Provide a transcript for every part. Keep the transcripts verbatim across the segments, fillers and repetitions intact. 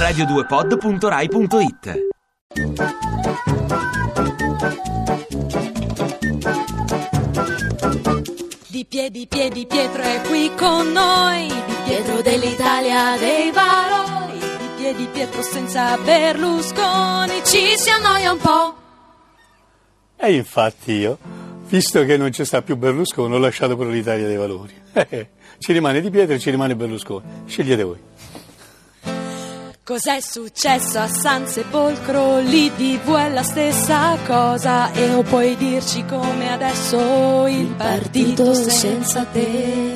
radio due pod punto rai punto it. Di piedi, piedi, Pietro è qui con noi, Di Pietro dell'Italia dei valori, Di piedi, Pietro senza Berlusconi ci si annoia un po'. E infatti io, visto che non ci sta più Berlusconi, ho lasciato pure l'Italia dei valori. Ci rimane Di Pietro e ci rimane Berlusconi, scegliete voi. Cos'è successo a San Sepolcro? L'I D V è la stessa cosa. E o puoi dirci come adesso il partito senza te?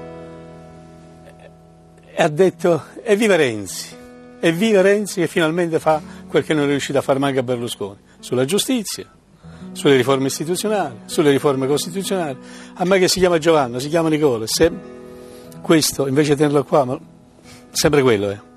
E ha detto, evviva Renzi, evviva Renzi che finalmente fa quel che non è riuscito a fare manco a Berlusconi, sulla giustizia, sulle riforme istituzionali, sulle riforme costituzionali. A me che si chiama Giovanna, si chiama Nicola, se questo invece di tenerlo qua, ma sempre quello è.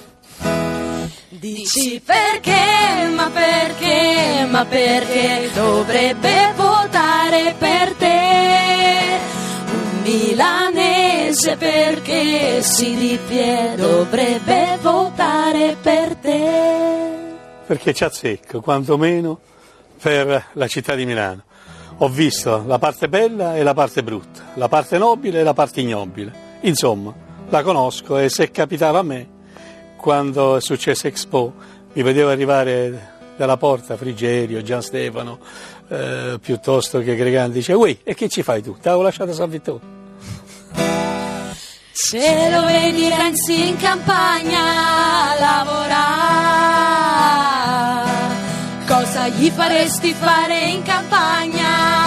Dici perché, ma perché, ma perché dovrebbe votare per te un milanese, perché si di piedi dovrebbe votare per te? Perché ci azzecco, quantomeno per la città di Milano. Ho visto la parte bella e la parte brutta, la parte nobile e la parte ignobile. Insomma, la conosco e se capitava a me, quando è successo Expo, mi vedevo arrivare dalla porta Frigerio, Gian Stefano, eh, piuttosto che Greganti, dice, uè, e che ci fai tu? Ti avevo lasciato San Vittore. Se lo vedi Renzi in campagna a lavorare, cosa gli faresti fare in campagna?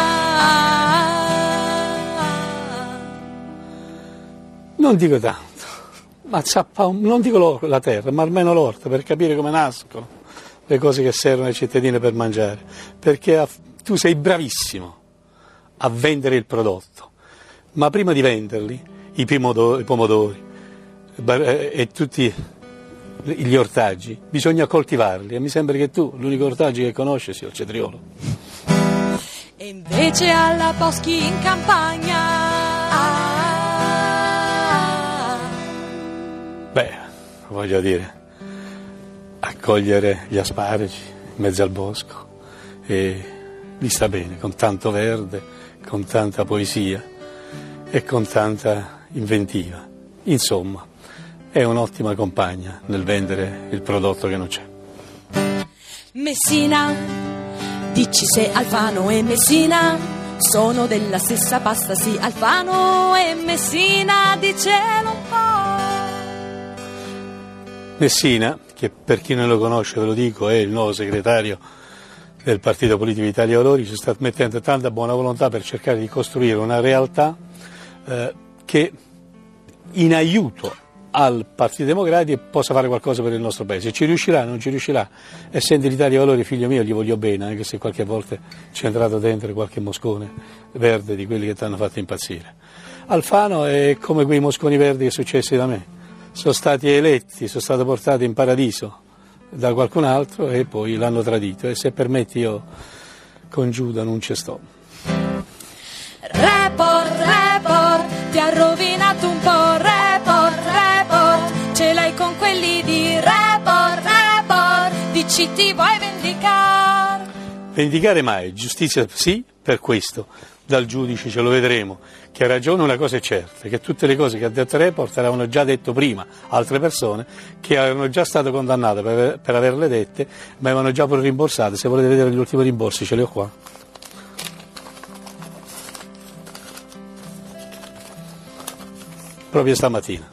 Non dico tanto. Ma zappa, non dico la terra, ma almeno l'orto, per capire come nascono le cose che servono ai cittadini per mangiare. Perché tu sei bravissimo a vendere il prodotto, ma prima di venderli, i pomodori, i pomodori e tutti gli ortaggi, bisogna coltivarli. E mi sembra che tu l'unico ortaggio che conosci sia il cetriolo. E invece alla Boschi in campagna... Beh, voglio dire, accogliere gli asparagi in mezzo al bosco e gli sta bene, con tanto verde, con tanta poesia e con tanta inventiva. Insomma, è un'ottima compagna nel vendere il prodotto che non c'è. Messina, dici se Alfano e Messina sono della stessa pasta, sì, Alfano e Messina, dicelo un po'. Messina, che per chi non lo conosce ve lo dico, è il nuovo segretario del Partito Politico Italia Valori, ci sta mettendo tanta buona volontà per cercare di costruire una realtà eh, che in aiuto al Partito Democratico possa fare qualcosa per il nostro paese. Ci riuscirà, non ci riuscirà? Essendo l'Italia Valori figlio mio gli voglio bene, anche se qualche volta c'è entrato dentro qualche moscone verde di quelli che ti hanno fatto impazzire. Alfano è come quei mosconi verdi che successi da me. Sono stati eletti, sono stati portati in paradiso da qualcun altro e poi l'hanno tradito. E se permetti io con Giuda non ci sto. Report, report, ti ha rovinato un po', report, report, ce l'hai con quelli di report, report, dici ti vuoi vendicare? Vendicare mai, giustizia sì, per questo. Dal giudice ce lo vedremo, che ha ragione, una cosa è certa, che tutte le cose che ha detto Report avevano già detto prima altre persone che erano già state condannate per, per averle dette, ma avevano già pure rimborsate. Se volete vedere gli ultimi rimborsi ce li ho qua. Proprio stamattina.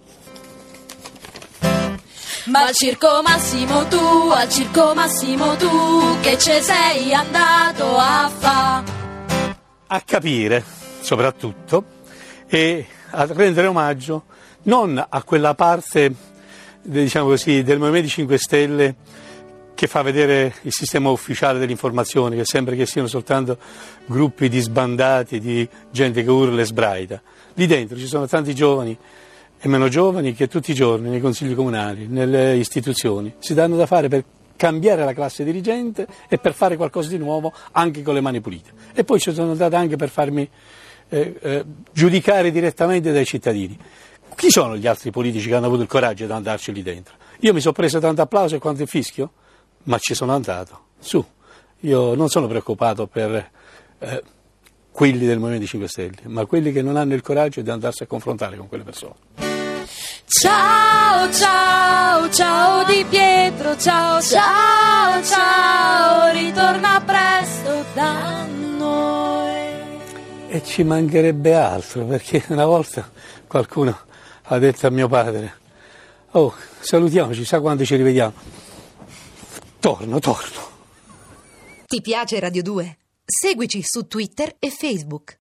Ma al Circo Massimo tu, al Circo Massimo tu, che ce sei andato a fa'? A capire, soprattutto, e a rendere omaggio non a quella parte, diciamo così, del Movimento cinque Stelle che fa vedere il sistema ufficiale dell'informazione, che sembra che siano soltanto gruppi di sbandati, di gente che urla e sbraita. Lì dentro ci sono tanti giovani e meno giovani che tutti i giorni nei consigli comunali, nelle istituzioni, si danno da fare per cambiare la classe dirigente e per fare qualcosa di nuovo anche con le mani pulite. E poi ci sono andate anche per farmi eh, eh, giudicare direttamente dai cittadini. Chi sono gli altri politici che hanno avuto il coraggio di andarci lì dentro? Io mi sono preso tanto applauso e quanto il fischio, ma ci sono andato, su. Io non sono preoccupato per eh, quelli del Movimento cinque Stelle, ma quelli che non hanno il coraggio di andarsi a confrontare con quelle persone. Ciao, ciao, ciao Di Pietro, ciao, ciao, ciao, ritorna presto da noi. E ci mancherebbe altro, perché una volta qualcuno ha detto a mio padre: oh, salutiamoci, sa quando ci rivediamo? Torno, torno. Ti piace Radio due? Seguici su Twitter e Facebook.